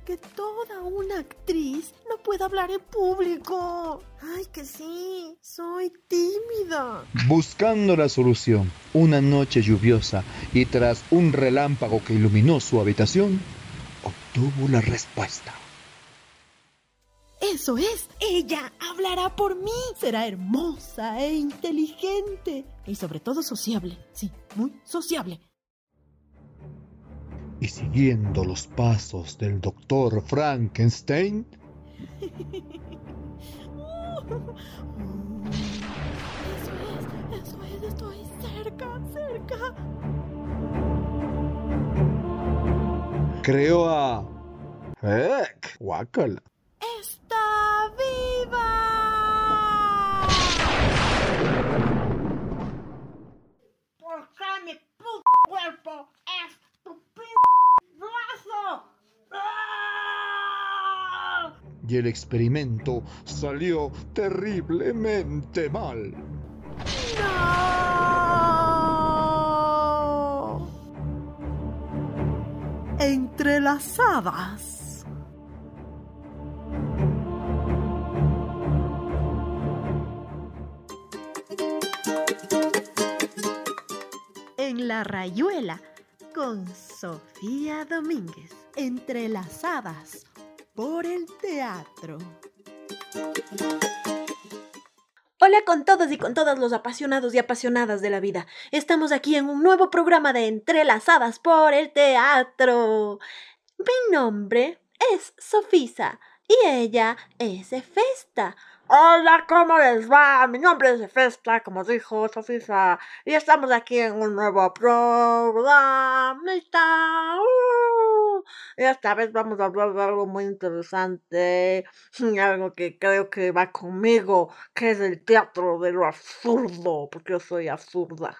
que toda una actriz no puede hablar en público. Ay, que sí, soy tímida. Buscando la solución, una noche lluviosa y tras un relámpago que iluminó su habitación, obtuvo la respuesta. Eso es, ella hablará por mí. Será hermosa e inteligente y sobre todo sociable. Sí, muy sociable. Y siguiendo los pasos del doctor Frankenstein, Eso es, estoy cerca. creó a... ¡Guácala! ¡Está viva! ¿Por qué mi puto cuerpo es tu brazo? ¡Ah! Y el experimento salió terriblemente mal. ¡No! Entrelazadas. En la rayuela, con Sofía Domínguez. Entrelazadas por el teatro. Hola con todos y con todas los apasionados y apasionadas de la vida. Estamos aquí en un nuevo programa de Entrelazadas por el teatro. Mi nombre es Sofisa y ella es Efesta. Hola, ¿cómo les va? Mi nombre es Efesta, como dijo Sofisa, y estamos aquí en un nuevo programita. Y esta vez vamos a hablar de algo muy interesante, algo que creo que va conmigo, que es el teatro de lo absurdo, porque yo soy absurda.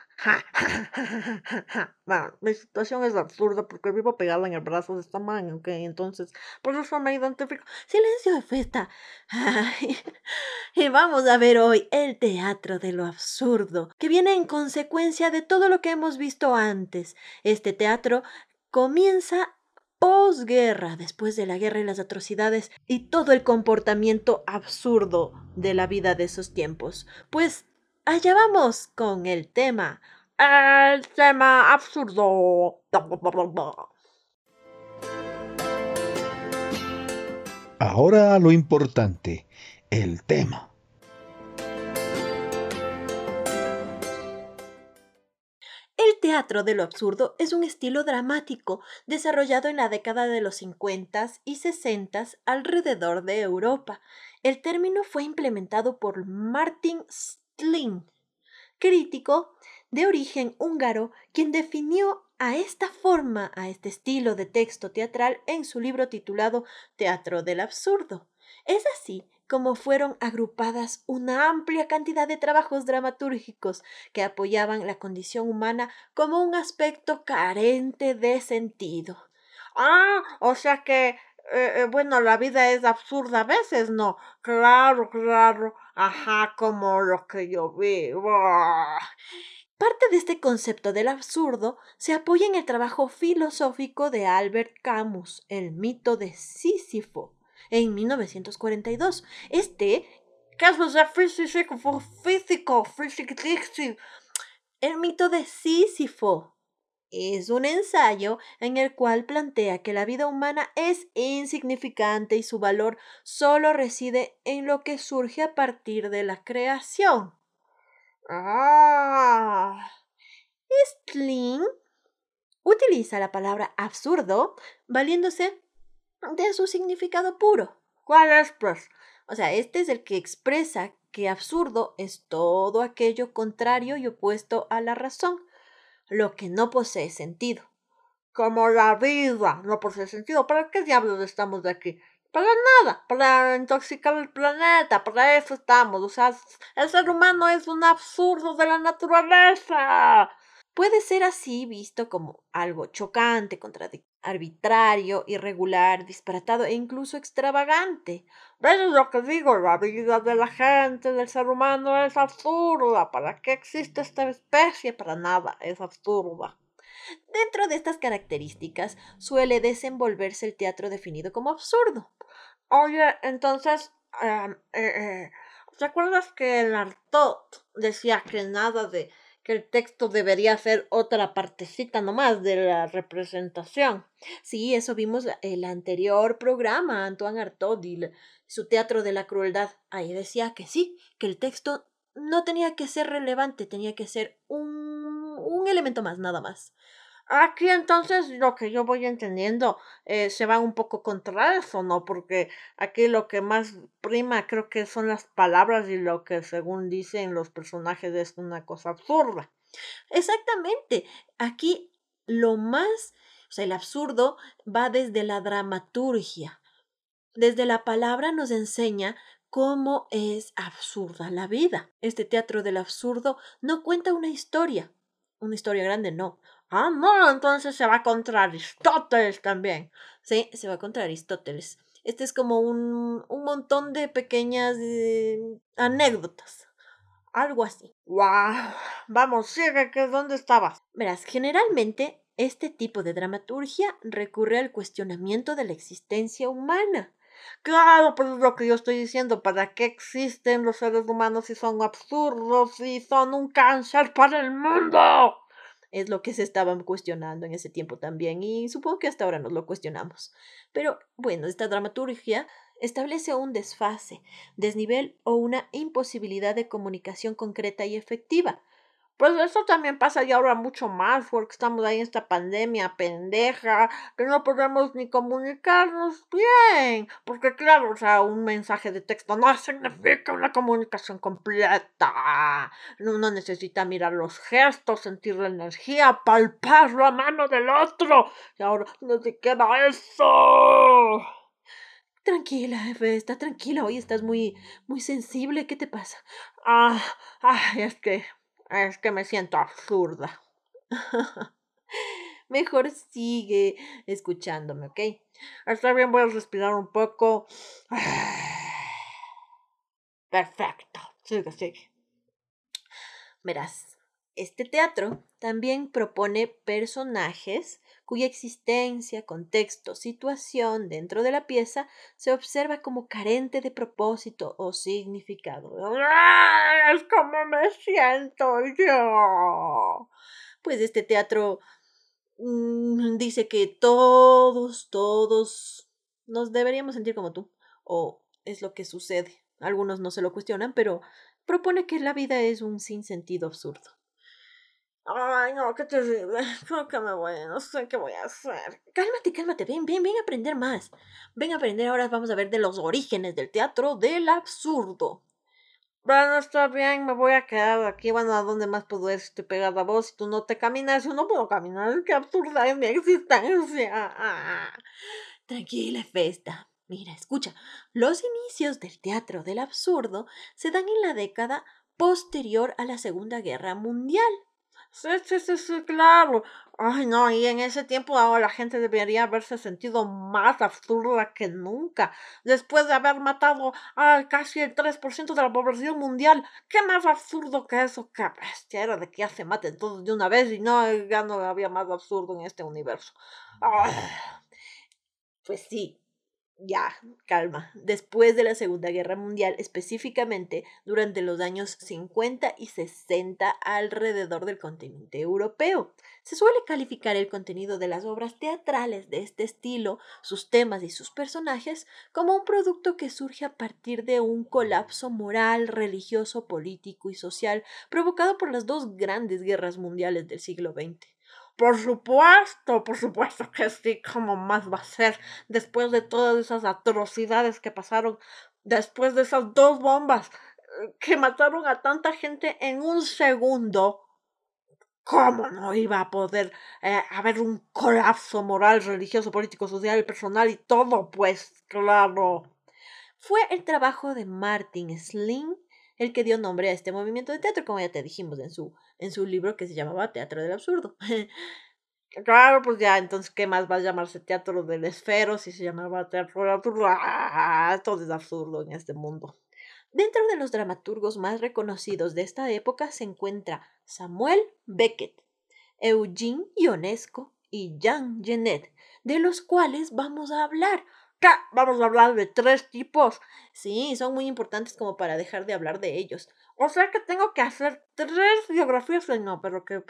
Bueno, mi situación es absurda porque vivo pegada en el brazo de esta man, ¿ok? Entonces, por eso me identifico. Silencio de Festa. Ay. Y vamos a ver hoy el teatro de lo absurdo, que viene en consecuencia de todo lo que hemos visto antes. Este teatro comienza posguerra, después de la guerra y las atrocidades y todo el comportamiento absurdo de la vida de esos tiempos. Pues allá vamos con el tema. El tema absurdo. Ahora lo importante, el tema. El teatro de lo absurdo es un estilo dramático desarrollado en la década de los 50 y 60 alrededor de Europa. El término fue implementado por Martin Stlin, crítico de origen húngaro, quien definió a esta forma, a este estilo de texto teatral en su libro titulado Teatro del Absurdo. Es así como fueron agrupadas una amplia cantidad de trabajos dramatúrgicos que apoyaban la condición humana como un aspecto carente de sentido. Ah, o sea que, bueno, la vida es absurda a veces, ¿no? Claro, ajá, como lo que yo vi. Parte de este concepto del absurdo se apoya en el trabajo filosófico de Albert Camus, El mito de Sísifo, en 1942. Caso de el mito de Sísifo es un ensayo en el cual plantea que la vida humana es insignificante y su valor solo reside en lo que surge a partir de la creación. Stlin utiliza la palabra absurdo valiéndose de su significado puro. ¿Cuál es, pues? O sea, este es el que expresa que absurdo es todo aquello contrario y opuesto a la razón, lo que no posee sentido. Como la vida no posee sentido. ¿Para qué diablos estamos de aquí? Para nada, para intoxicar el planeta, para eso estamos. O sea, el ser humano es un absurdo de la naturaleza. Puede ser así visto como algo chocante, arbitrario, irregular, disparatado e incluso extravagante. ¿Ves lo que digo? La vida de la gente, del ser humano es absurda. ¿Para qué existe esta especie? Para nada, es absurda. Dentro de estas características suele desenvolverse el teatro definido como absurdo. Oye, entonces, ¿te acuerdas que el Artaud decía que nada de que el texto debería ser otra partecita nomás de la representación? Sí, eso vimos el anterior programa, Antoine Artaud y su teatro de la crueldad. Ahí decía que sí, que el texto no tenía que ser relevante, tenía que ser un elemento más, nada más. Aquí entonces lo que yo voy entendiendo se va un poco contra eso, ¿no? Porque aquí lo que más prima creo que son las palabras y lo que según dicen los personajes es una cosa absurda. Exactamente. Aquí lo más, o sea, el absurdo va desde la dramaturgia. Desde la palabra nos enseña cómo es absurda la vida. Este teatro del absurdo no cuenta una historia grande, no. Ah, no, entonces se va contra Aristóteles también. Sí, se va contra Aristóteles. Este es como un montón de pequeñas anécdotas, algo así. ¡Wow! Vamos, sigue, que ¿dónde estabas? Verás, generalmente este tipo de dramaturgia recurre al cuestionamiento de la existencia humana. Claro, pues es lo que yo estoy diciendo. ¿Para qué existen los seres humanos si son absurdos y son un cáncer para el mundo? Es lo que se estaban cuestionando en ese tiempo también y supongo que hasta ahora nos lo cuestionamos. Pero bueno, esta dramaturgia establece un desfase, desnivel o una imposibilidad de comunicación concreta y efectiva. Pues eso también pasa y ahora mucho más, porque estamos ahí en esta pandemia pendeja, que no podemos ni comunicarnos bien. Porque claro, o sea, un mensaje de texto no significa una comunicación completa. Uno necesita mirar los gestos, sentir la energía, palpar la mano del otro. Y ahora no se queda eso. Tranquila, jefe, está tranquila. Hoy estás muy sensible. ¿Qué te pasa? Ah, es que me siento absurda. Mejor sigue escuchándome, ¿ok? Está bien, voy a respirar un poco. Perfecto. Sigue, sigue. Verás, este teatro también propone personajes cuya existencia, contexto, situación dentro de la pieza se observa como carente de propósito o significado. ¡Ah! Es como me siento yo. Pues este teatro dice que todos nos deberíamos sentir como tú, o es lo que sucede. Algunos no se lo cuestionan, pero propone que la vida es un sinsentido absurdo. Ay, no, qué terrible. Creo que me voy, no sé qué voy a hacer. Cálmate, cálmate, ven a aprender más. Ven a aprender, ahora vamos a ver de los orígenes del teatro del absurdo. Bueno, está bien, me voy a quedar aquí. Bueno, ¿a dónde más puedo ir si estoy pegada a vos? Si tú no te caminas, yo no puedo caminar. Qué absurda es mi existencia. Tranquila, Festa. Mira, escucha. Los inicios del teatro del absurdo se dan en la década posterior a la Segunda Guerra Mundial. Sí, claro. Ay, no, y en ese tiempo ahora la gente debería haberse sentido más absurda que nunca. Después de haber matado a casi el 3% de la población mundial. ¿Qué más absurdo que eso? Qué bestia era de que ya se maten todos de una vez y no, ya no había más absurdo en este universo. Ah, pues sí, ya, calma. Después de la Segunda Guerra Mundial, específicamente durante los años 50 y 60 alrededor del continente europeo, se suele calificar el contenido de las obras teatrales de este estilo, sus temas y sus personajes, como un producto que surge a partir de un colapso moral, religioso, político y social provocado por las dos grandes guerras mundiales del siglo XX. Por supuesto que sí, ¿cómo más va a ser después de todas esas atrocidades que pasaron, después de esas dos bombas que mataron a tanta gente en un segundo? ¿Cómo no iba a poder haber un colapso moral, religioso, político, social, personal y todo? Pues claro. Fue el trabajo de Martin Sling el que dio nombre a este movimiento de teatro, como ya te dijimos en su libro que se llamaba Teatro del Absurdo. Claro, pues ya, entonces, ¿qué más va a llamarse Teatro del Esfero si se llamaba Teatro del Absurdo? ¡Ah! Todo es absurdo en este mundo. Dentro de los dramaturgos más reconocidos de esta época se encuentra Samuel Beckett, Eugene Ionesco y Jean Genet, de los cuales vamos a hablar. ¿Qué? Vamos a hablar de 3 tipos. Sí, son muy importantes como para dejar de hablar de ellos. O sea que tengo que hacer 3 biografías. Ay, no, pero qué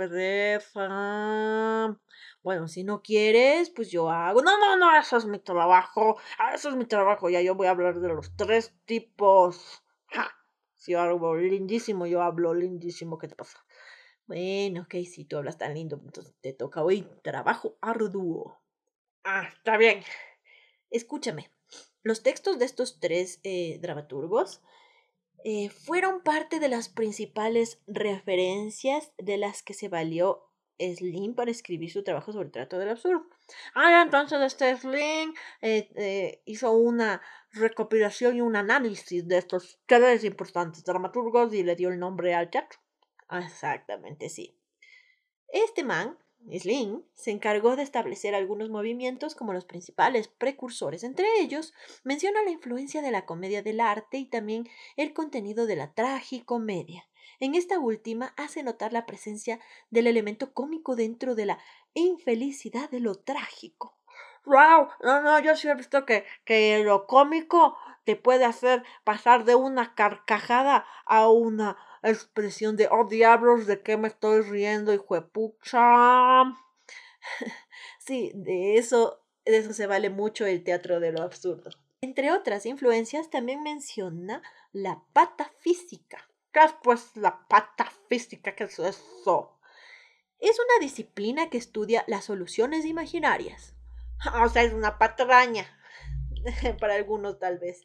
pereza. Bueno, si no quieres, pues yo hago. No, no, no, eso es mi trabajo. Eso es mi trabajo. Ya yo voy a hablar de los 3 tipos. ¡Ja! Si yo hablo lindísimo, yo hablo lindísimo. ¿Qué te pasa? Bueno, ok, si tú hablas tan lindo, entonces te toca hoy trabajo arduo. Ah, está bien. Escúchame, los textos de estos 3 dramaturgos fueron parte de las principales referencias de las que se valió Slim para escribir su trabajo sobre el teatro del absurdo. Ah, entonces este Slim hizo una recopilación y un análisis de estos 3 importantes dramaturgos y le dio el nombre al teatro. Exactamente, sí. Este man, Slim, se encargó de establecer algunos movimientos como los principales precursores. Entre ellos, menciona la influencia de la comedia del arte y también el contenido de la tragicomedia. En esta última hace notar la presencia del elemento cómico dentro de la infelicidad de lo trágico. ¡Wow! No, no, yo sí he visto que lo cómico te puede hacer pasar de una carcajada a una expresión de, oh diablos, ¿de qué me estoy riendo, hijo de pucha? Sí, de eso se vale mucho el teatro de lo absurdo. Entre otras influencias, también menciona la patafísica. ¿Qué es pues la patafísica? ¿Qué es eso? Es una disciplina que estudia las soluciones imaginarias. O sea, es una patraña, para algunos tal vez.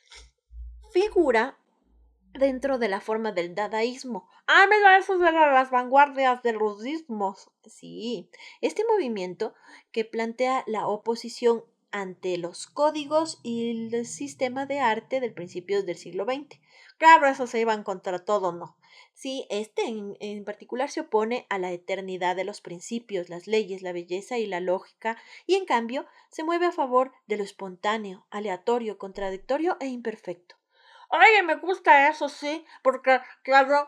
Figura dentro de la forma del dadaísmo. Ah, mira, eso de las vanguardias de los ismos. Sí, este movimiento que plantea la oposición ante los códigos y el sistema de arte del principio del siglo XX. Claro, eso se iban contra todo, ¿no? Sí, este en particular se opone a la eternidad de los principios, las leyes, la belleza y la lógica, y en cambio se mueve a favor de lo espontáneo, aleatorio, contradictorio e imperfecto. Oye, me gusta eso, sí, porque, claro,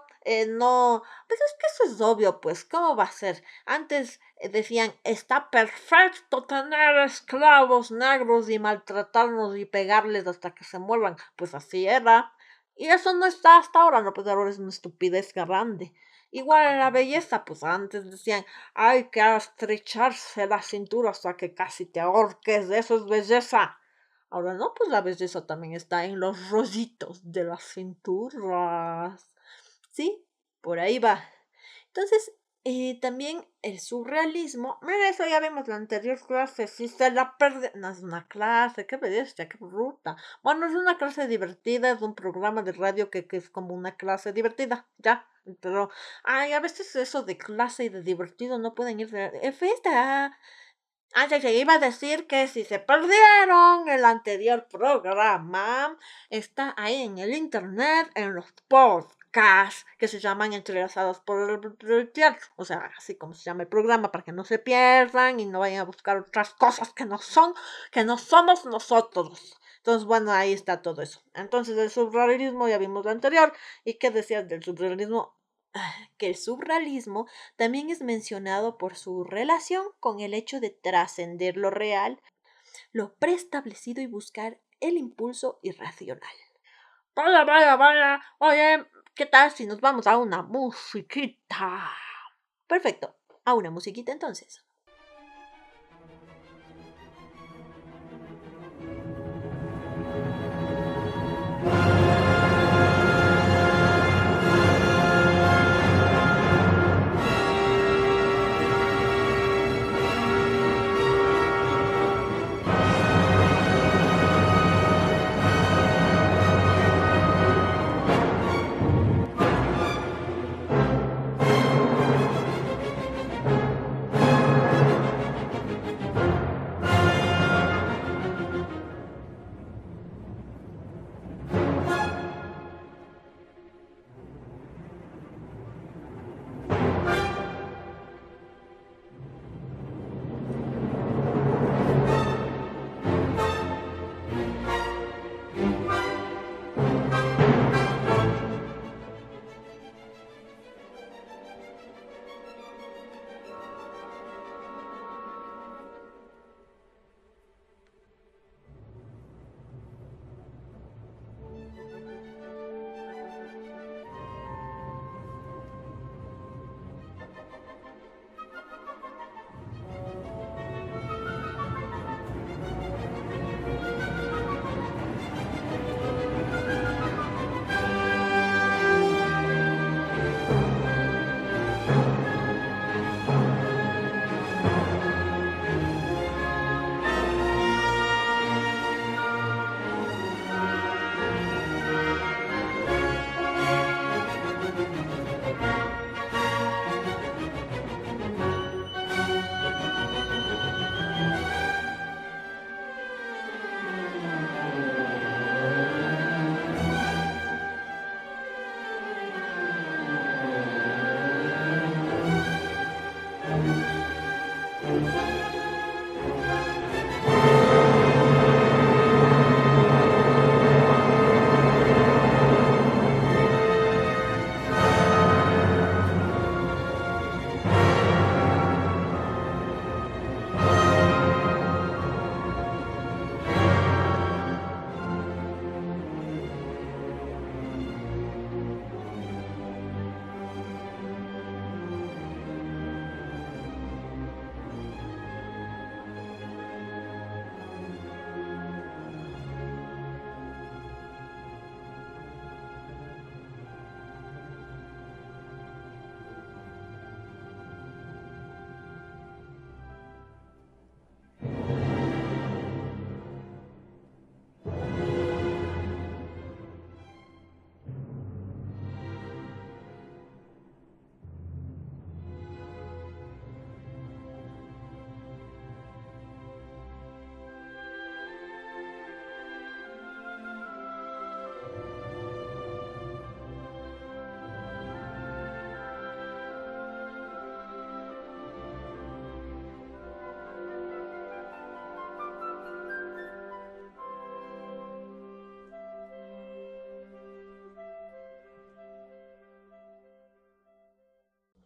no, pues es que eso es obvio, pues, ¿cómo va a ser? Antes decían, está perfecto tener esclavos negros y maltratarlos y pegarles hasta que se muevan, pues así era. Y eso no está hasta ahora, no, pues ahora es una estupidez grande. Igual en la belleza, pues antes decían, hay que estrecharse la cintura hasta que casi te ahorques, eso es belleza. Ahora no, pues la belleza también está en los rollitos de las cinturas. Sí, por ahí va. Entonces, también el surrealismo. Mira, eso ya vimos en la anterior clase. Si se la pierde. No es una clase, qué belleza, qué bruta. Bueno, es una clase divertida, es un programa de radio que es como una clase divertida, ya. Pero, ay, a veces eso de clase y de divertido no pueden ir de fiesta. Ah, sí, sí, iba a decir que si se perdieron el anterior programa, está ahí en el internet, en los podcasts que se llaman Entrelazados por el teatro. O sea, así como se llama el programa, para que no se pierdan y no vayan a buscar otras cosas que no son, que no somos nosotros. Entonces, bueno, ahí está todo eso. Entonces, el surrealismo, ya vimos lo anterior. ¿Y qué decías del surrealismo? Que el surrealismo también es mencionado por su relación con el hecho de trascender lo real, lo preestablecido y buscar el impulso irracional. Vaya, vaya, vaya. Oye, ¿qué tal si nos vamos a una musiquita? Perfecto, a una musiquita entonces.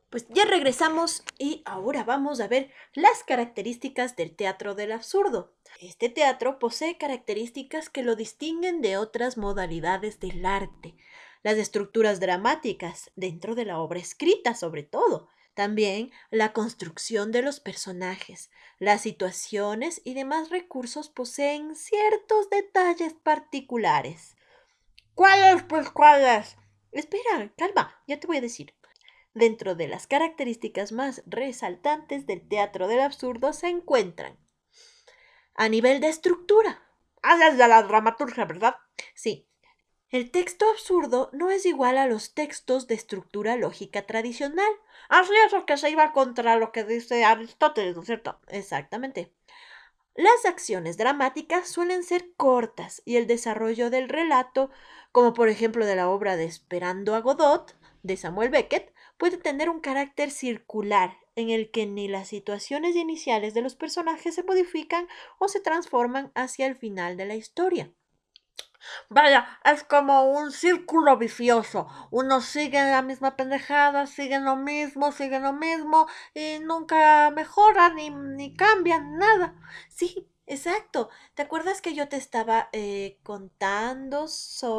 Pues ya regresamos y ahora vamos a ver las características del teatro del absurdo. Este teatro posee características que lo distinguen de otras modalidades del arte. Las estructuras dramáticas dentro de la obra escrita, sobre todo. También la construcción de los personajes, las situaciones y demás recursos poseen ciertos detalles particulares. ¿Cuáles? Pues cuáles. Espera, calma, ya te voy a decir. Dentro de las características más resaltantes del teatro del absurdo se encuentran a nivel de estructura. Hablas de la dramaturgia, ¿verdad? Sí. El texto absurdo no es igual a los textos de estructura lógica tradicional. Así es, lo que se iba contra lo que dice Aristóteles, ¿no es cierto? Exactamente. Las acciones dramáticas suelen ser cortas y el desarrollo del relato, como por ejemplo de la obra de Esperando a Godot, de Samuel Beckett, puede tener un carácter circular en el que ni las situaciones iniciales de los personajes se modifican o se transforman hacia el final de la historia. Vaya, es como un círculo vicioso. Uno sigue la misma pendejada, sigue lo mismo y nunca mejora ni cambian nada. Sí, exacto. ¿Te acuerdas que yo te estaba contando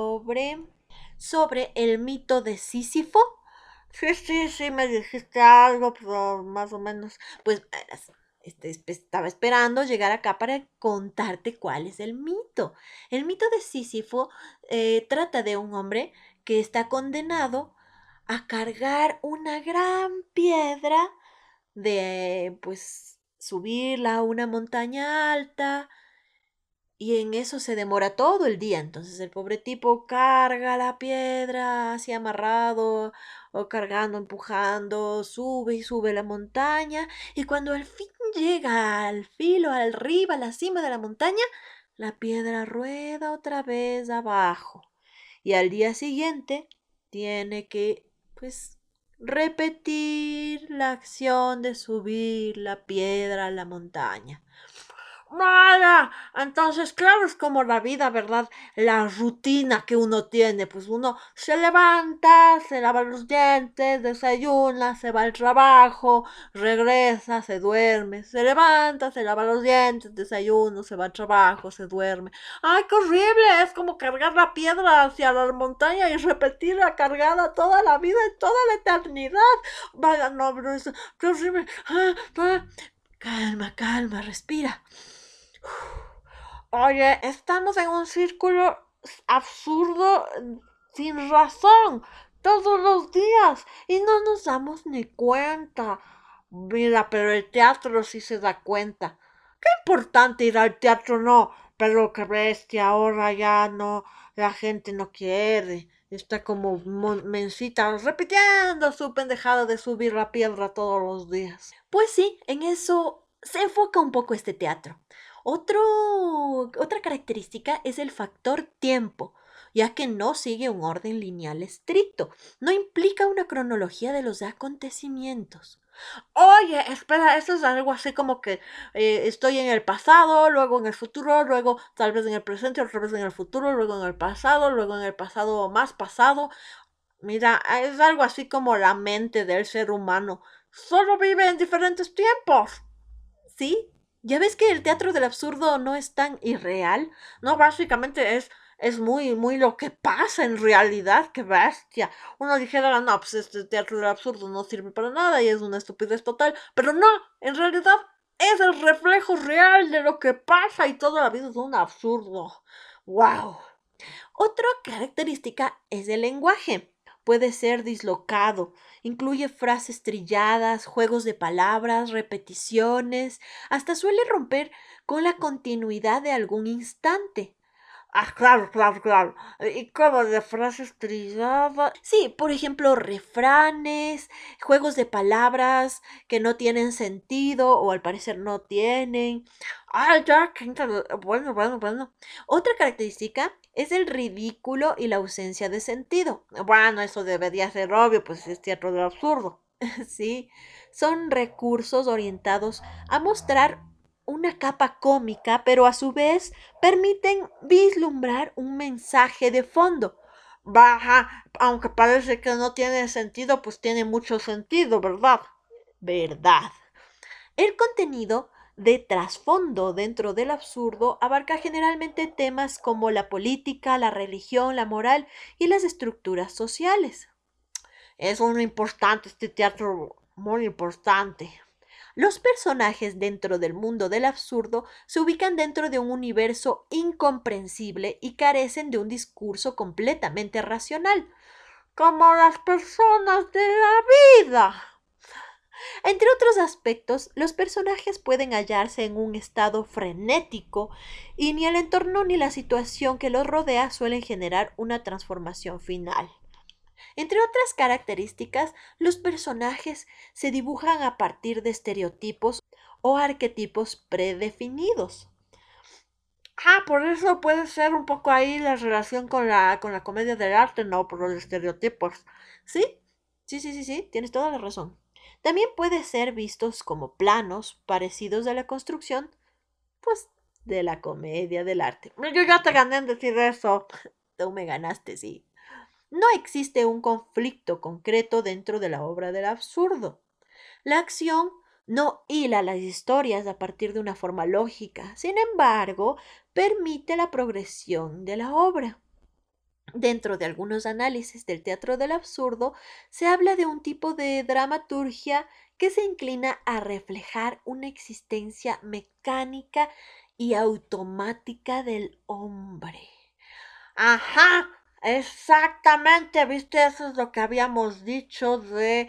sobre el mito de Sísifo? Sí, me dijiste algo, pero más o menos. Pues estaba esperando llegar acá para contarte cuál es el mito. El mito de Sísifo trata de un hombre que está condenado a cargar una gran piedra de, pues, subirla a una montaña alta y en eso se demora todo el día. Entonces el pobre tipo carga la piedra así amarrado o cargando, empujando, sube y sube la montaña. Y cuando al fin llega al filo, arriba, a la cima de la montaña, la piedra rueda otra vez abajo. Y al día siguiente tiene que, pues, repetir la acción de subir la piedra a la montaña. Vaya, entonces claro, es como la vida, ¿verdad? La rutina que uno tiene, pues uno se levanta, se lava los dientes, desayuna, se va al trabajo, regresa, se duerme, se levanta, se lava los dientes, desayuna, se va al trabajo, se duerme. ¡Ay, qué horrible! Es como cargar la piedra hacia la montaña y repetir la cargada toda la vida y toda la eternidad. Vaya, no, pero eso, qué horrible. Calma, calma, respira. Oye, estamos en un círculo absurdo sin razón todos los días y no nos damos ni cuenta. Mira, pero el teatro sí se da cuenta. Qué importante ir al teatro, no, pero qué bestia, ahora ya no, la gente no quiere. Está como mencita repitiendo su pendejada de subir la piedra todos los días. Pues sí, en eso se enfoca un poco este teatro. Otra característica es el factor tiempo, ya que no sigue un orden lineal estricto, no implica una cronología de los acontecimientos. Oye, espera, eso es algo así como que estoy en el pasado, luego en el futuro, luego tal vez en el presente, otra vez en el futuro, luego en el pasado, luego en el pasado más pasado. Mira, es algo así como la mente del ser humano. Solo vive en diferentes tiempos. Sí, ya ves que el teatro del absurdo no es tan irreal, no, básicamente es muy lo que pasa en realidad, qué bestia. Uno dijera, no, pues este teatro del absurdo no sirve para nada y es una estupidez total, pero no, en realidad es el reflejo real de lo que pasa y toda la vida es un absurdo. ¡Wow! Otra característica es el lenguaje. Puede ser dislocado, incluye frases trilladas, juegos de palabras, repeticiones, hasta suele romper con la continuidad de algún instante. Ah, claro. Y como de frases trilladas. Sí, por ejemplo, refranes, juegos de palabras que no tienen sentido o al parecer no tienen. Ah, ya, bueno. Otra característica es el ridículo y la ausencia de sentido. Bueno, eso debería ser obvio, pues es teatro del absurdo. Sí, son recursos orientados a mostrar una capa cómica, pero a su vez permiten vislumbrar un mensaje de fondo. Baja, aunque parece que no tiene sentido, pues tiene mucho sentido, ¿verdad? ¿Verdad? El contenido de trasfondo dentro del absurdo abarca generalmente temas como la política, la religión, la moral y las estructuras sociales. Es muy importante este teatro, muy importante. Los personajes dentro del mundo del absurdo se ubican dentro de un universo incomprensible y carecen de un discurso completamente racional, como las personas de la vida. Entre otros aspectos, los personajes pueden hallarse en un estado frenético y ni el entorno ni la situación que los rodea suelen generar una transformación final. Entre otras características, los personajes se dibujan a partir de estereotipos o arquetipos predefinidos. Por eso puede ser un poco ahí la relación con la comedia del arte, ¿no? Por los estereotipos. ¿Sí? Sí, tienes toda la razón. También puede ser vistos como planos parecidos a la construcción, pues, de la comedia del arte. Yo ya te gané en decir eso. Tú me ganaste, sí. No existe un conflicto concreto dentro de la obra del absurdo. La acción no hila las historias a partir de una forma lógica, sin embargo, permite la progresión de la obra. Dentro de algunos análisis del teatro del absurdo, se habla de un tipo de dramaturgia que se inclina a reflejar una existencia mecánica y automática del hombre. Ajá, exactamente, viste, eso es lo que habíamos dicho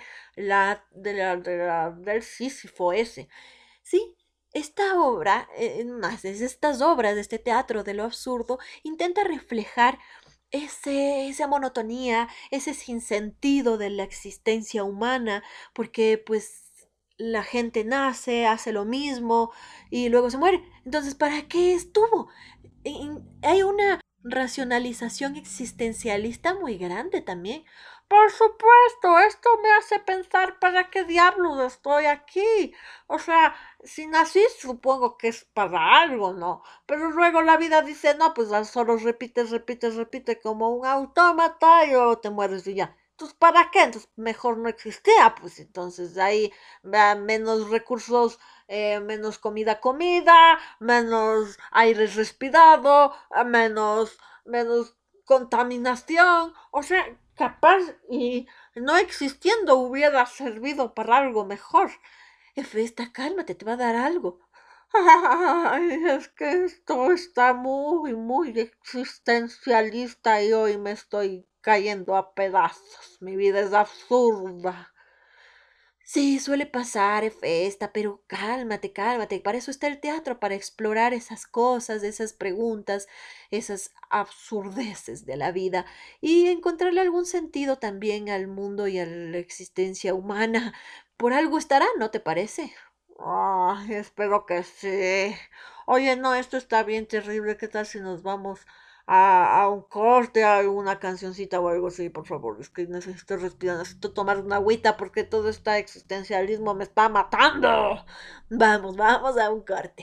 del Sísifo ese. Sí, esta obra, más de estas obras de este teatro de lo absurdo, intenta reflejar esa monotonía, ese sinsentido de la existencia humana, porque pues la gente nace, hace lo mismo y luego se muere. Entonces, ¿para qué estuvo? Hay una racionalización existencialista muy grande también. Por supuesto, esto me hace pensar para qué diablos estoy aquí. O sea, si nací, supongo que es para algo, ¿no? Pero luego la vida dice, no, pues solo repite como un autómata y luego te mueres y ya. Entonces, ¿para qué? Entonces, mejor no existía, pues entonces ahí menos recursos, menos comida, menos aire respirado, menos contaminación, o sea, capaz y no existiendo hubiera servido para algo mejor. Efesta, cálmate, te va a dar algo. Ay, es que esto está muy existencialista y hoy me estoy cayendo a pedazos. Mi vida es absurda. Sí, suele pasar, Efesta, pero cálmate. Para eso está el teatro, para explorar esas cosas, esas preguntas, esas absurdeces de la vida y encontrarle algún sentido también al mundo y a la existencia humana. Por algo estará, ¿no te parece? Ay, espero que sí. Oye, no, esto está bien terrible. ¿Qué tal si nos vamos a un corte, a alguna cancioncita o algo así, por favor? Es que necesito respirar, necesito tomar una agüita porque todo este existencialismo me está matando. Vamos a un corte.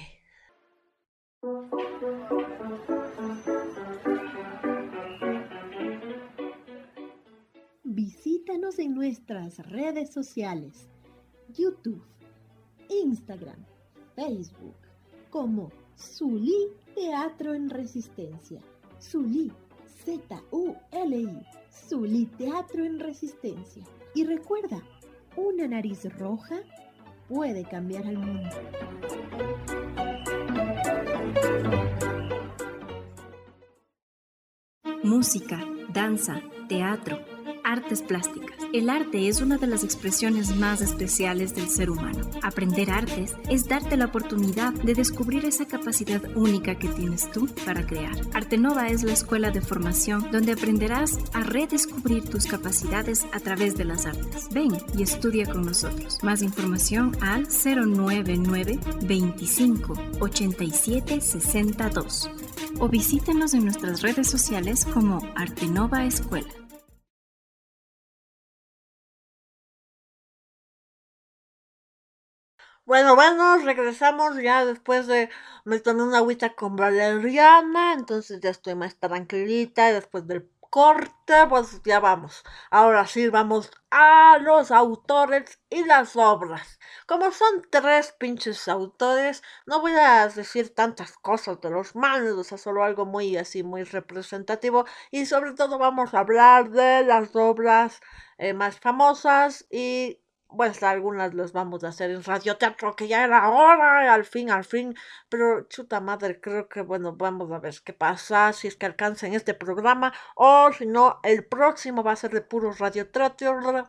Visítanos en nuestras redes sociales, YouTube, Instagram, Facebook, como Zulí Teatro en Resistencia. Zulí, Zuli, Zulí Teatro en Resistencia. Y recuerda, una nariz roja puede cambiar al mundo. Música, danza, teatro, artes plásticas. El arte es una de las expresiones más especiales del ser humano. Aprender artes es darte la oportunidad de descubrir esa capacidad única que tienes tú para crear. Artenova es la escuela de formación donde aprenderás a redescubrir tus capacidades a través de las artes. Ven y estudia con nosotros. Más información al 099 25 87 62 o visítanos en nuestras redes sociales como Artenova Escuela. Bueno, regresamos ya después de me tomé una agüita con valeriana, entonces ya estoy más tranquilita después del corte, pues ya vamos. Ahora sí, vamos a los autores y las obras. Como son 3 pinches autores, no voy a decir tantas cosas de los manes, o sea, solo algo muy así, muy representativo. Y sobre todo vamos a hablar de las obras más famosas y pues algunas las vamos a hacer en radioteatro, que ya era hora, al fin, pero chuta madre, creo que bueno, vamos a ver qué pasa, si es que alcanza en este programa, o si no, el próximo va a ser de puro radioteatro,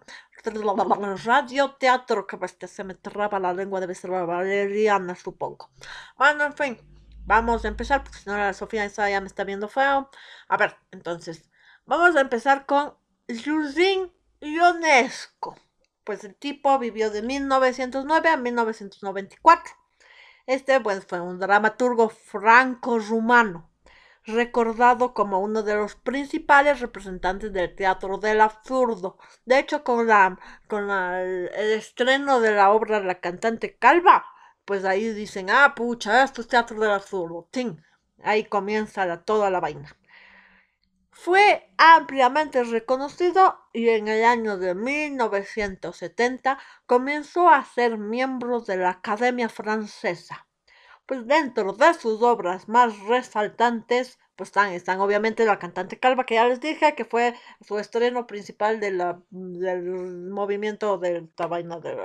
que bestia, se me traba la lengua, debe ser la valeriana, supongo. Bueno, en fin, vamos a empezar, porque si no la Sofía esa ya me está viendo feo. A ver, entonces, vamos a empezar con Eugene Ionesco. Pues el tipo vivió de 1909 a 1994. Este pues fue un dramaturgo franco-rumano, recordado como uno de los principales representantes del teatro del absurdo. De hecho, el estreno de la obra La cantante calva, pues ahí dicen, ah, pucha, esto es teatro del absurdo. ¡Ting! Ahí comienza toda la vaina. Fue ampliamente reconocido y en el año de 1970 comenzó a ser miembro de la Academia Francesa. Pues dentro de sus obras más resaltantes, pues están obviamente La cantante calva, que ya les dije que fue su estreno principal del movimiento de esta vaina de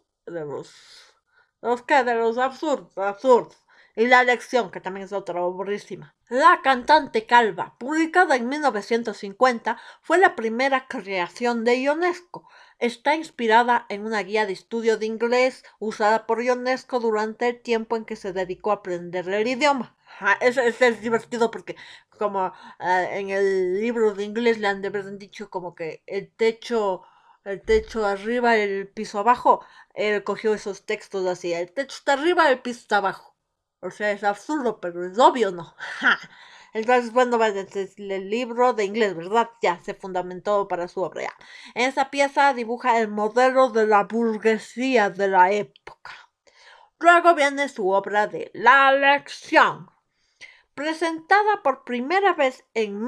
los absurdos. Y La lección, que también es otra obrísima. La cantante calva, publicada en 1950, fue la primera creación de Ionesco. Está inspirada en una guía de estudio de inglés usada por Ionesco durante el tiempo en que se dedicó a aprender el idioma. Ese es divertido porque como en el libro de inglés le han de haber dicho como que el techo arriba, el piso abajo, él cogió esos textos así, el techo está arriba, el piso está abajo. O sea, es absurdo, pero es obvio, ¿no? Entonces, bueno, el libro de inglés, ¿verdad? Ya se fundamentó para su obra. Ya. En esa pieza dibuja el modelo de la burguesía de la época. Luego viene su obra de La lección, presentada por primera vez en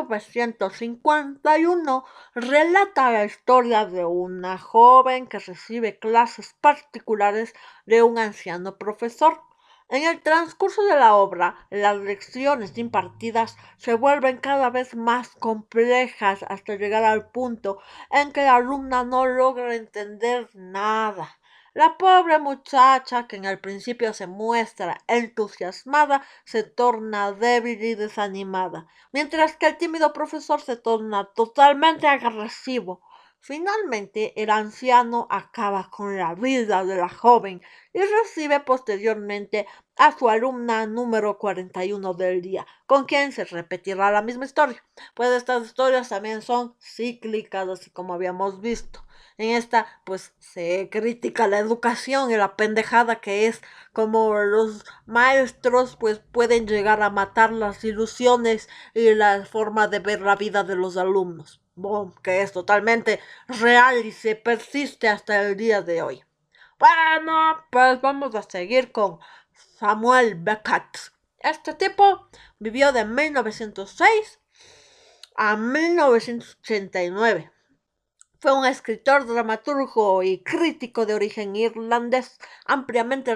1951, relata la historia de una joven que recibe clases particulares de un anciano profesor. En el transcurso de la obra, las lecciones impartidas se vuelven cada vez más complejas hasta llegar al punto en que la alumna no logra entender nada. La pobre muchacha, que en el principio se muestra entusiasmada, se torna débil y desanimada, mientras que el tímido profesor se torna totalmente agresivo. Finalmente, el anciano acaba con la vida de la joven y recibe posteriormente a su alumna número 41 del día, con quien se repetirá la misma historia. Pues estas historias también son cíclicas, así como habíamos visto. En esta, pues, se critica la educación y la pendejada que es como los maestros, pues, pueden llegar a matar las ilusiones y la forma de ver la vida de los alumnos. Que es totalmente real y se persiste hasta el día de hoy. Bueno, pues vamos a seguir con Samuel Beckett. Este tipo vivió de 1906 a 1989. Fue un escritor, dramaturgo y crítico de origen irlandés, ampliamente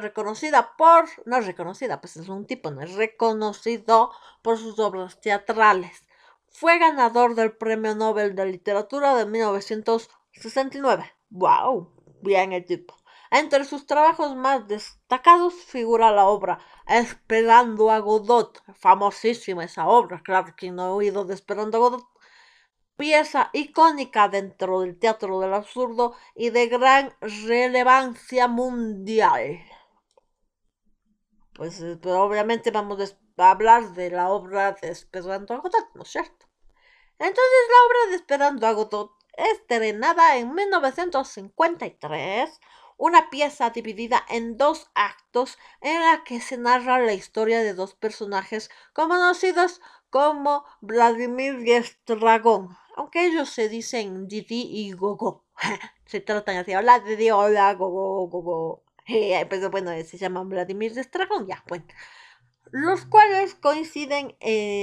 reconocido por sus obras teatrales. Fue ganador del Premio Nobel de Literatura de 1969. ¡Wow! Bien el tipo. Entre sus trabajos más destacados figura la obra Esperando a Godot. Famosísima esa obra, claro, quien no ha oído de Esperando a Godot. Pieza icónica dentro del teatro del absurdo y de gran relevancia mundial. Pues pero obviamente vamos a hablar de la obra de Esperando a Godot, ¿no es cierto? Entonces la obra de Esperando a Godot, estrenada en 1953, una pieza dividida en 2 actos en la que se narra la historia de 2 personajes conocidos como Vladimir y Estragon, aunque ellos se dicen Didi y Gogo. Se tratan así, hola Didi, hola Gogo, Gogo. Pues bueno, se llaman Vladimir y Estragon, ya, bueno. los cuales coinciden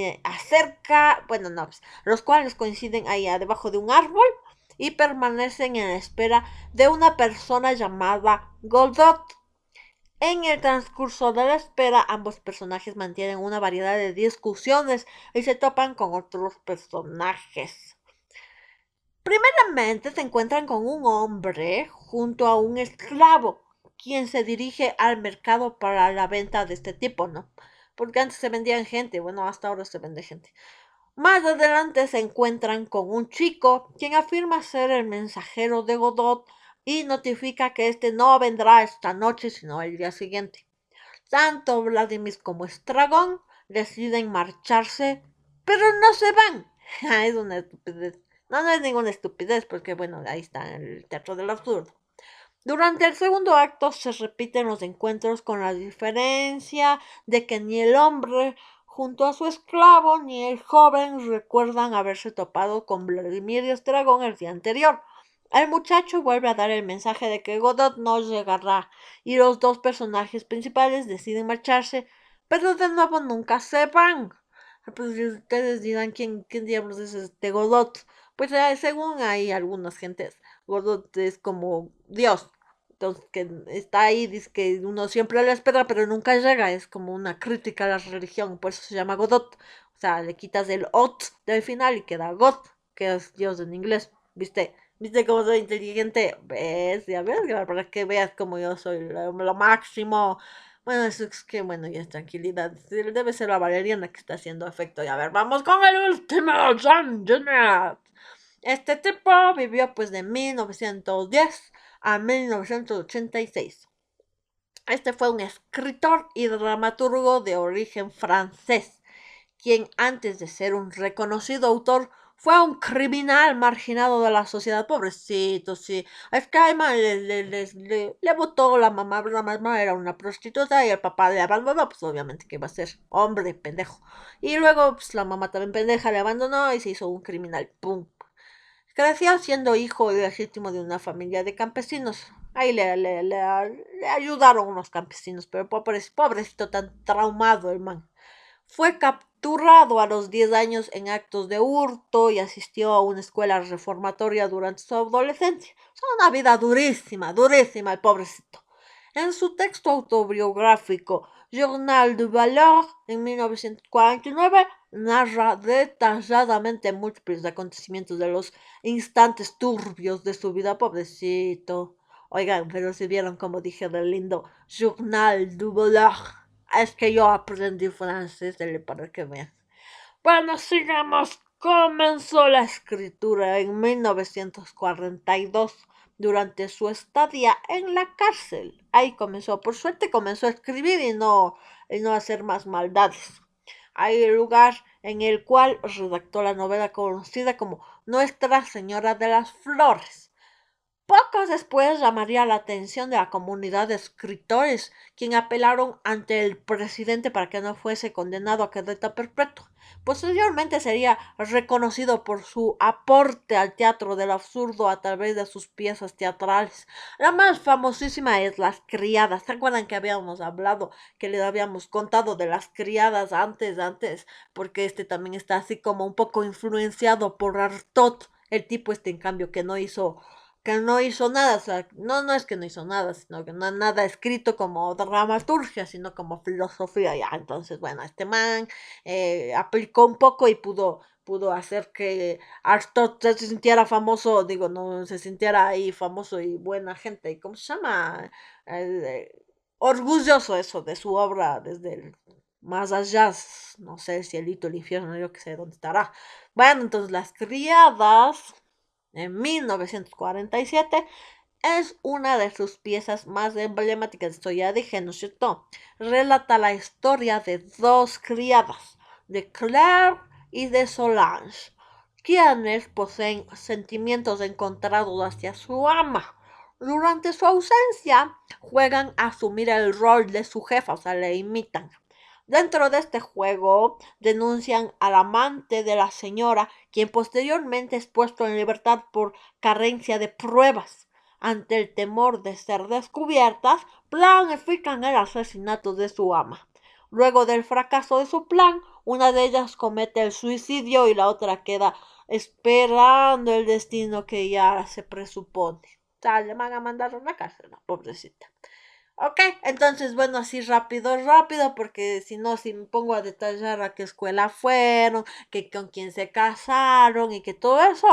los cuales coinciden ahí debajo de un árbol y permanecen en espera de una persona llamada Godot. En el transcurso de la espera, ambos personajes mantienen una variedad de discusiones y se topan con otros personajes. Primeramente se encuentran con un hombre junto a un esclavo, quien se dirige al mercado para la venta de este tipo, ¿no? Porque antes se vendían gente, bueno, hasta ahora se vende gente. Más adelante se encuentran con un chico, quien afirma ser el mensajero de Godot y notifica que este no vendrá esta noche, sino el día siguiente. Tanto Vladimir como Estragón deciden marcharse, pero no se van. Es una estupidez. No, no es ninguna estupidez, porque bueno, ahí está el teatro del absurdo. Durante el segundo acto se repiten los encuentros con la diferencia de que ni el hombre junto a su esclavo ni el joven recuerdan haberse topado con Vladimir y Estragón el día anterior. El muchacho vuelve a dar el mensaje de que Godot no llegará y los dos personajes principales deciden marcharse, pero de nuevo nunca se van. Pues ustedes dirán quién diablos es este Godot. Pues según hay algunas gentes, Godot es como Dios. Entonces que está ahí, dice que uno siempre le espera, pero nunca llega. Es como una crítica a la religión, por eso se llama Godot. O sea, le quitas el ot del final y queda God, que es Dios en inglés. ¿Viste? ¿Viste cómo soy inteligente? ¿Ves? Ya ves, para que veas cómo yo soy lo máximo. Bueno, eso es que, bueno, ya es tranquilidad. Debe ser la valeriana que está haciendo efecto. Y a ver, vamos con el último. Este tipo vivió pues de 1910 a 1986. Este fue un escritor y dramaturgo de origen francés, quien antes de ser un reconocido autor fue un criminal marginado de la sociedad. Pobrecito, sí. Es que además le botó la mamá era una prostituta y el papá le abandonó, pues obviamente que iba a ser hombre, pendejo. Y luego pues la mamá también pendeja le abandonó y se hizo un criminal. ¡Pum! Creció siendo hijo ilegítimo de una familia de campesinos. Ahí le ayudaron unos campesinos, pero pobrecito tan traumado el man. Fue capturado a los 10 años en actos de hurto y asistió a una escuela reformatoria durante su adolescencia. Es una vida durísima, durísima el pobrecito. En su texto autobiográfico Journal du Valeur, en 1949, narra detalladamente múltiples acontecimientos de los instantes turbios de su vida, pobrecito. Oigan, pero si vieron como dije del lindo Journal du Valeur. Es que yo aprendí francés, para que vean. Bueno, sigamos. Comenzó la escritura en 1942, durante su estadía en la cárcel. Ahí comenzó, por suerte comenzó a escribir y no a hacer más maldades. Hay el lugar en el cual redactó la novela conocida como Nuestra Señora de las Flores. Poco después llamaría la atención de la comunidad de escritores, quien apelaron ante el presidente para que no fuese condenado a cadena perpetua. Posteriormente sería reconocido por su aporte al teatro del absurdo a través de sus piezas teatrales. La más famosísima es Las Criadas. ¿Se acuerdan que habíamos hablado, que les habíamos contado de Las Criadas antes? Porque este también está así como un poco influenciado por Artaud, el tipo en cambio que no hizo nada, o sea, no es que no hizo nada, sino que no nada escrito como dramaturgia, sino como filosofía, ya. Entonces, bueno, este man aplicó un poco y pudo hacer que Artaud se sintiera famoso, digo, no se sintiera ahí famoso y buena gente, ¿cómo se llama? Orgulloso eso de su obra desde el más allá, no sé, el cielito, el infierno, yo que sé dónde estará. Bueno, entonces Las Criadas en 1947 es una de sus piezas más emblemáticas. Esto ya dije, ¿no es cierto? Relata la historia de dos criadas, de Claire y de Solange, quienes poseen sentimientos encontrados hacia su ama. Durante su ausencia, juegan a asumir el rol de su jefa, o sea, le imitan. Dentro de este juego, denuncian al amante de la señora, quien posteriormente es puesto en libertad por carencia de pruebas. Ante el temor de ser descubiertas, planifican el asesinato de su ama. Luego del fracaso de su plan, una de ellas comete el suicidio y la otra queda esperando el destino que ya se presupone. O sea, le van a mandar a una cárcel, la pobrecita. Ok, entonces, bueno, así rápido, porque si no, si me pongo a detallar a qué escuela fueron, que con quién se casaron y que todo eso,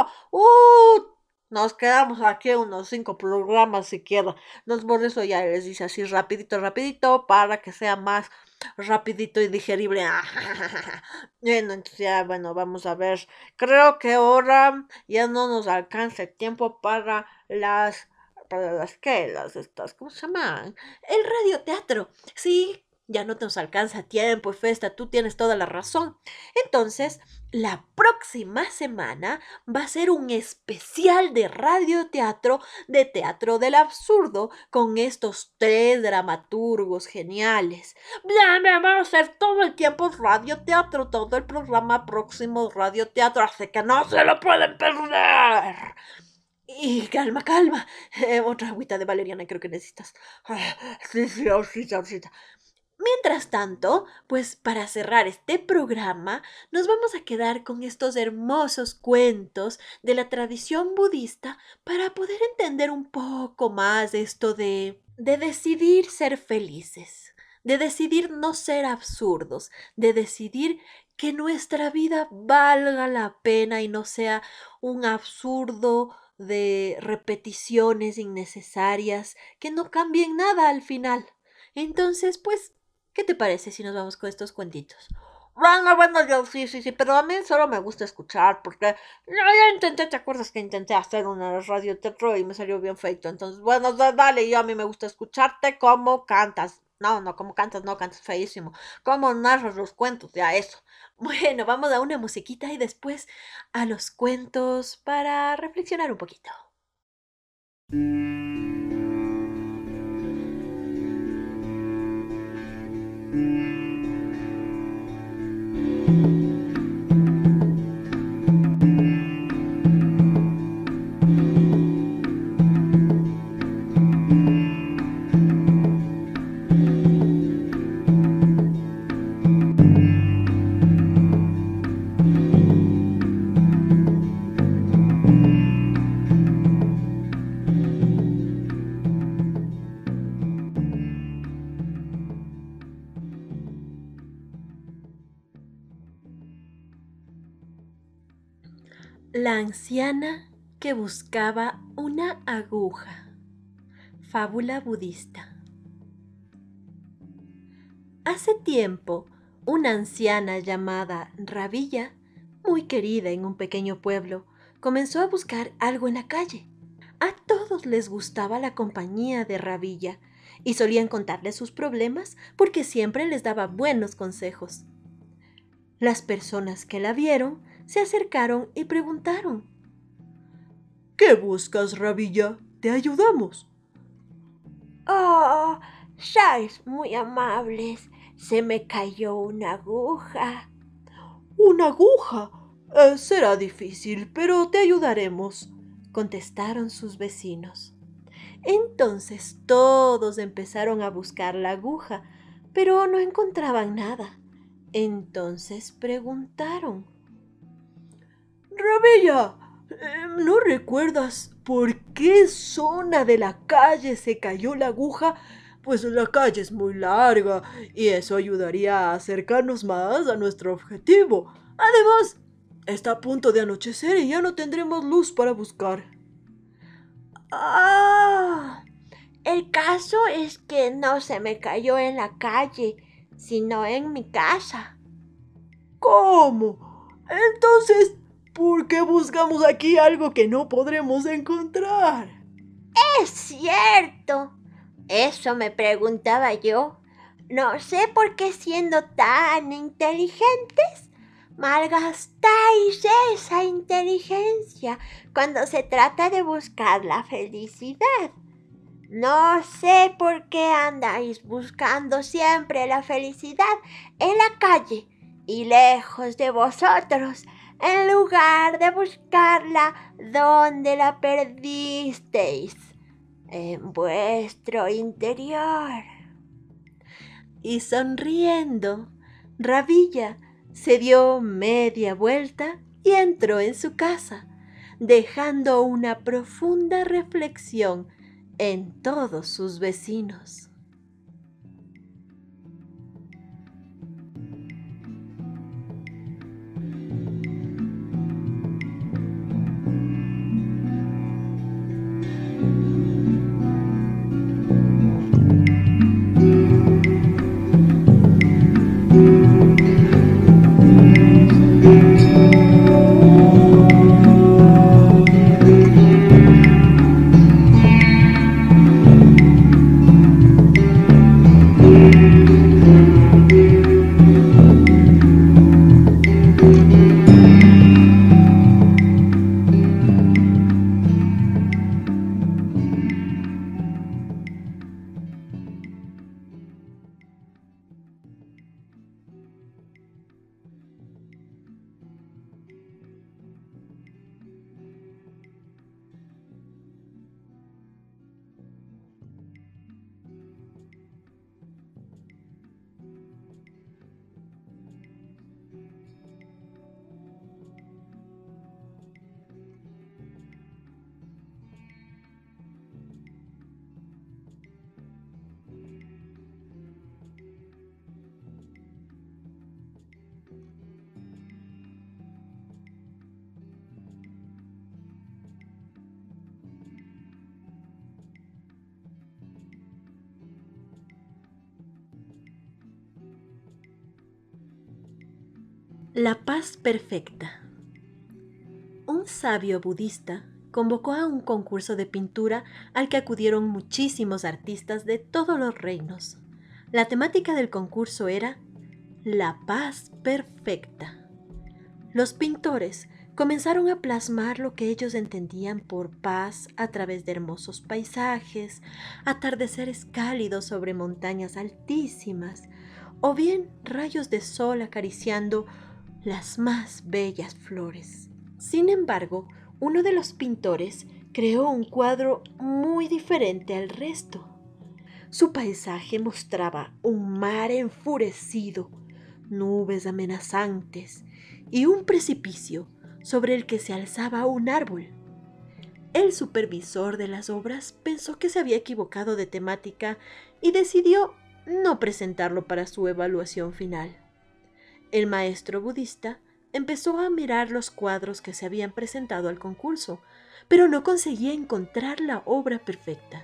nos quedamos aquí unos 5 programas siquiera. Entonces, por eso ya les dice así rapidito, para que sea más rapidito y digerible. Bueno, entonces ya, bueno, vamos a ver. Creo que ahora ya no nos alcanza el tiempo para las que, las estas, ¿cómo se llaman? El radioteatro. Sí, ya no nos alcanza tiempo, Festa, tú tienes toda la razón. Entonces, la próxima semana va a ser un especial de radioteatro, de teatro del absurdo, con estos 3 dramaturgos geniales. Bien, vamos a hacer todo el tiempo radioteatro, todo el programa próximo radioteatro, así que no se lo pueden perder. Y calma. Otra agüita de valeriana creo que necesitas. Sí, ahorita. Mientras tanto, pues para cerrar este programa, nos vamos a quedar con estos hermosos cuentos de la tradición budista para poder entender un poco más de esto de decidir ser felices, de decidir no ser absurdos, de decidir que nuestra vida valga la pena y no sea un absurdo de repeticiones innecesarias que no cambien nada al final. Entonces, pues, ¿qué te parece si nos vamos con estos cuentitos? Bueno, yo sí, pero a mí solo me gusta escuchar porque ya intenté, ¿te acuerdas que intenté hacer una radioteatro y me salió bien feito? Entonces, bueno, dale, yo a mí me gusta escucharte cómo cantas. No, como cantas, no cantas feísimo. Cómo narras los cuentos, ya eso. Bueno, vamos a una musiquita y después a los cuentos para reflexionar un poquito. La anciana que buscaba una aguja. Fábula budista. Hace tiempo, una anciana llamada Rabilla, muy querida en un pequeño pueblo, comenzó a buscar algo en la calle. A todos les gustaba la compañía de Rabilla y solían contarle sus problemas porque siempre les daba buenos consejos. Las personas que la vieron se acercaron y preguntaron: ¿Qué buscas, Rabilla? Te ayudamos. Oh, sois muy amables. Se me cayó una aguja. ¿Una aguja? Será difícil, pero te ayudaremos, contestaron sus vecinos. Entonces todos empezaron a buscar la aguja, pero no encontraban nada. Entonces preguntaron: Rabilla, ¿no recuerdas por qué zona de la calle se cayó la aguja? Pues la calle es muy larga y eso ayudaría a acercarnos más a nuestro objetivo. Además, está a punto de anochecer y ya no tendremos luz para buscar. Ah, el caso es que no se me cayó en la calle, sino en mi casa. ¿Cómo? Entonces, ¿por qué buscamos aquí algo que no podremos encontrar? Es cierto. Eso me preguntaba yo. No sé por qué, siendo tan inteligentes, malgastáis esa inteligencia cuando se trata de buscar la felicidad. No sé por qué andáis buscando siempre la felicidad en la calle y lejos de vosotros, en lugar de buscarla donde la perdisteis, en vuestro interior. Y sonriendo, Rabilla se dio media vuelta y entró en su casa, dejando una profunda reflexión en todos sus vecinos. La paz perfecta. Un sabio budista convocó a un concurso de pintura al que acudieron muchísimos artistas de todos los reinos. La temática del concurso era la paz perfecta. Los pintores comenzaron a plasmar lo que ellos entendían por paz a través de hermosos paisajes, atardeceres cálidos sobre montañas altísimas, o bien rayos de sol acariciando las más bellas flores. Sin embargo, uno de los pintores creó un cuadro muy diferente al resto. Su paisaje mostraba un mar enfurecido, nubes amenazantes y un precipicio sobre el que se alzaba un árbol. El supervisor de las obras pensó que se había equivocado de temática y decidió no presentarlo para su evaluación final. El maestro budista empezó a mirar los cuadros que se habían presentado al concurso, pero no conseguía encontrar la obra perfecta.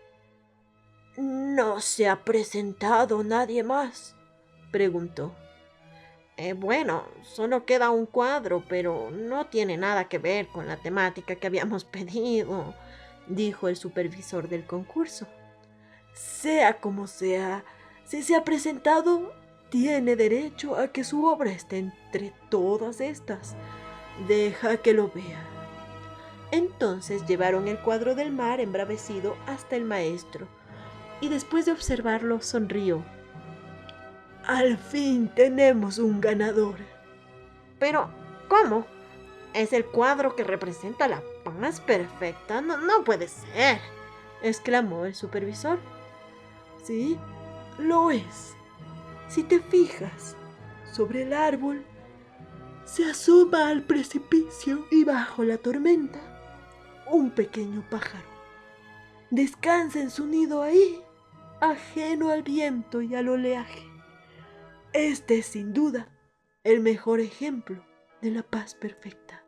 ¿No se ha presentado nadie más?, preguntó. Bueno, solo queda un cuadro, pero no tiene nada que ver con la temática que habíamos pedido, dijo el supervisor del concurso. Sea como sea, si se ha presentado, tiene derecho a que su obra esté entre todas estas. Deja que lo vea. Entonces llevaron el cuadro del mar embravecido hasta el maestro, y después de observarlo sonrió. Al fin tenemos un ganador. Pero, ¿cómo? Es el cuadro que representa la paz perfecta. No puede ser, exclamó el supervisor. Sí, lo es. Si te fijas, sobre el árbol se asoma al precipicio y bajo la tormenta un pequeño pájaro. Descansa en su nido ahí, ajeno al viento y al oleaje. Este es sin duda el mejor ejemplo de la paz perfecta.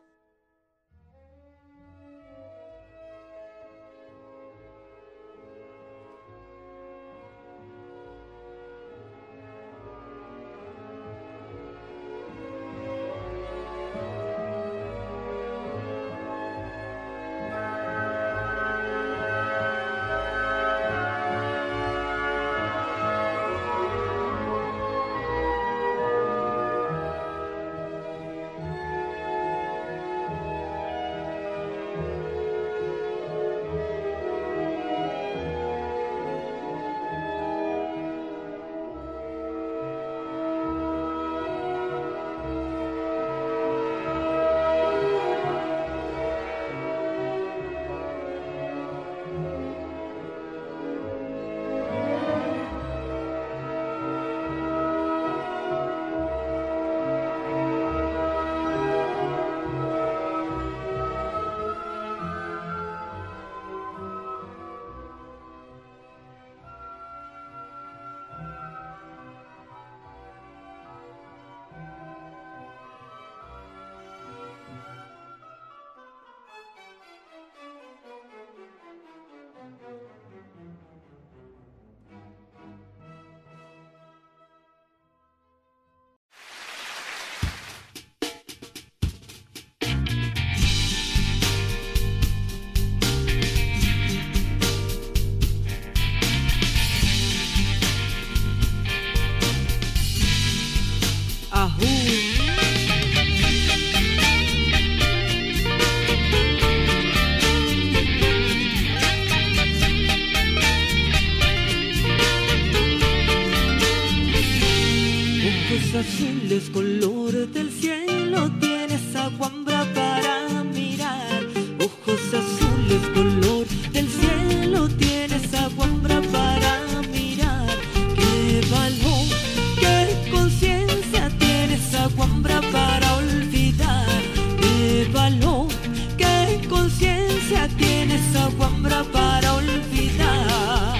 Ojos azules, color del cielo, tienes aguambra para mirar. Ojos azules, color del cielo, tienes aguambra para mirar. Qué valor, qué conciencia, tienes aguambra para olvidar. Qué valor, qué conciencia, tienes aguambra para olvidar.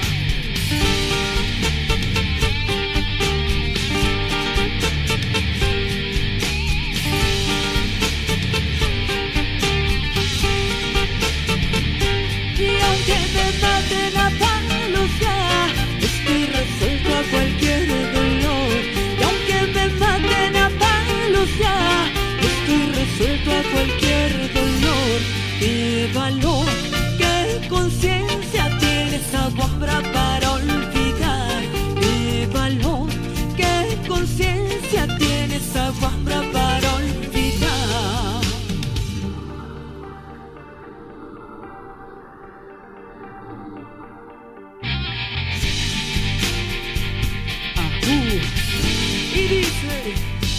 Maten a palos ya, estoy resuelto a cualquier dolor. Y aunque me maten a palos ya, estoy resuelto a cualquier dolor. Qué valor, qué conciencia, tienes aguambra para olvidar. Qué valor, qué conciencia, tienes aguambra para olvidar. Y dice,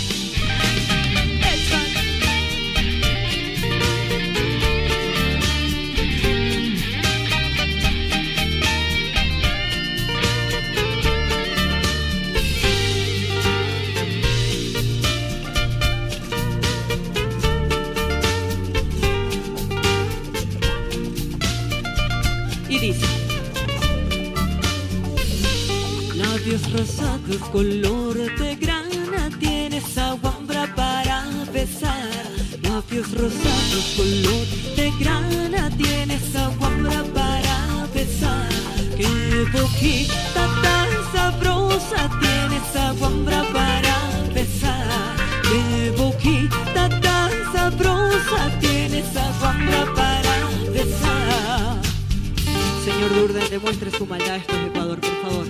labios rosados, color de grana, tienes aguambra para besar. Labios rosados, color de grana, tienes aguambra para besar. Qué boquita tan sabrosa, tienes aguambra para besar. Qué boquita tan sabrosa, tienes aguambra para besar. Señor Lourdes, demuestre su maldad. Esto es Ecuador, por favor.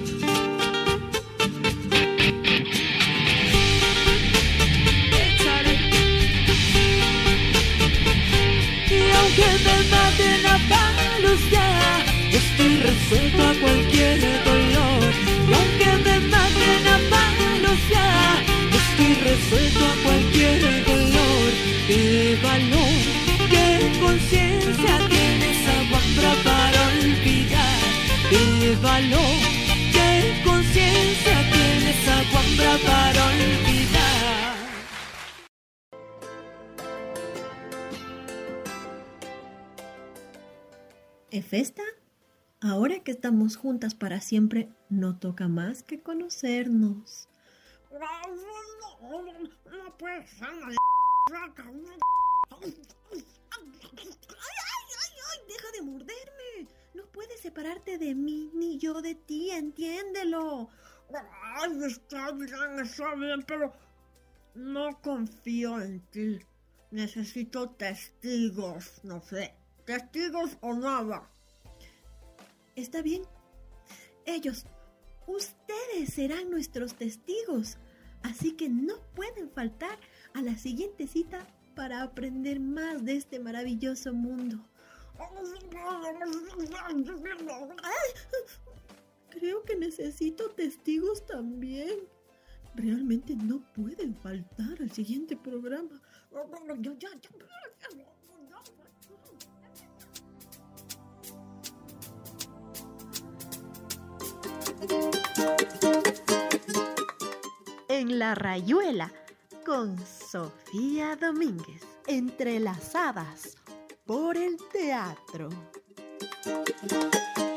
Que me maten a palos ya, estoy resuelto a cualquier dolor. Y aunque me maten a palos ya, estoy resuelto a cualquier dolor. Qué valor, qué conciencia, tienes aguambra para olvidar. Qué valor, qué conciencia, tienes aguambra para olvidar. Hefesta, ahora que estamos juntas para siempre, no toca más que conocernos. No puede ser. ¡Ay! ¡Deja de morderme! No puedes separarte de mí, ni yo de ti, entiéndelo. Ay, está bien, pero no confío en ti. Necesito testigos, no sé. ¿Testigos o nada? Está bien. Ustedes serán nuestros testigos. Así que no pueden faltar a la siguiente cita para aprender más de este maravilloso mundo. Creo que necesito testigos también. Realmente no pueden faltar al siguiente programa. En La Rayuela, con Sofía Domínguez. Entrelazadas por el teatro.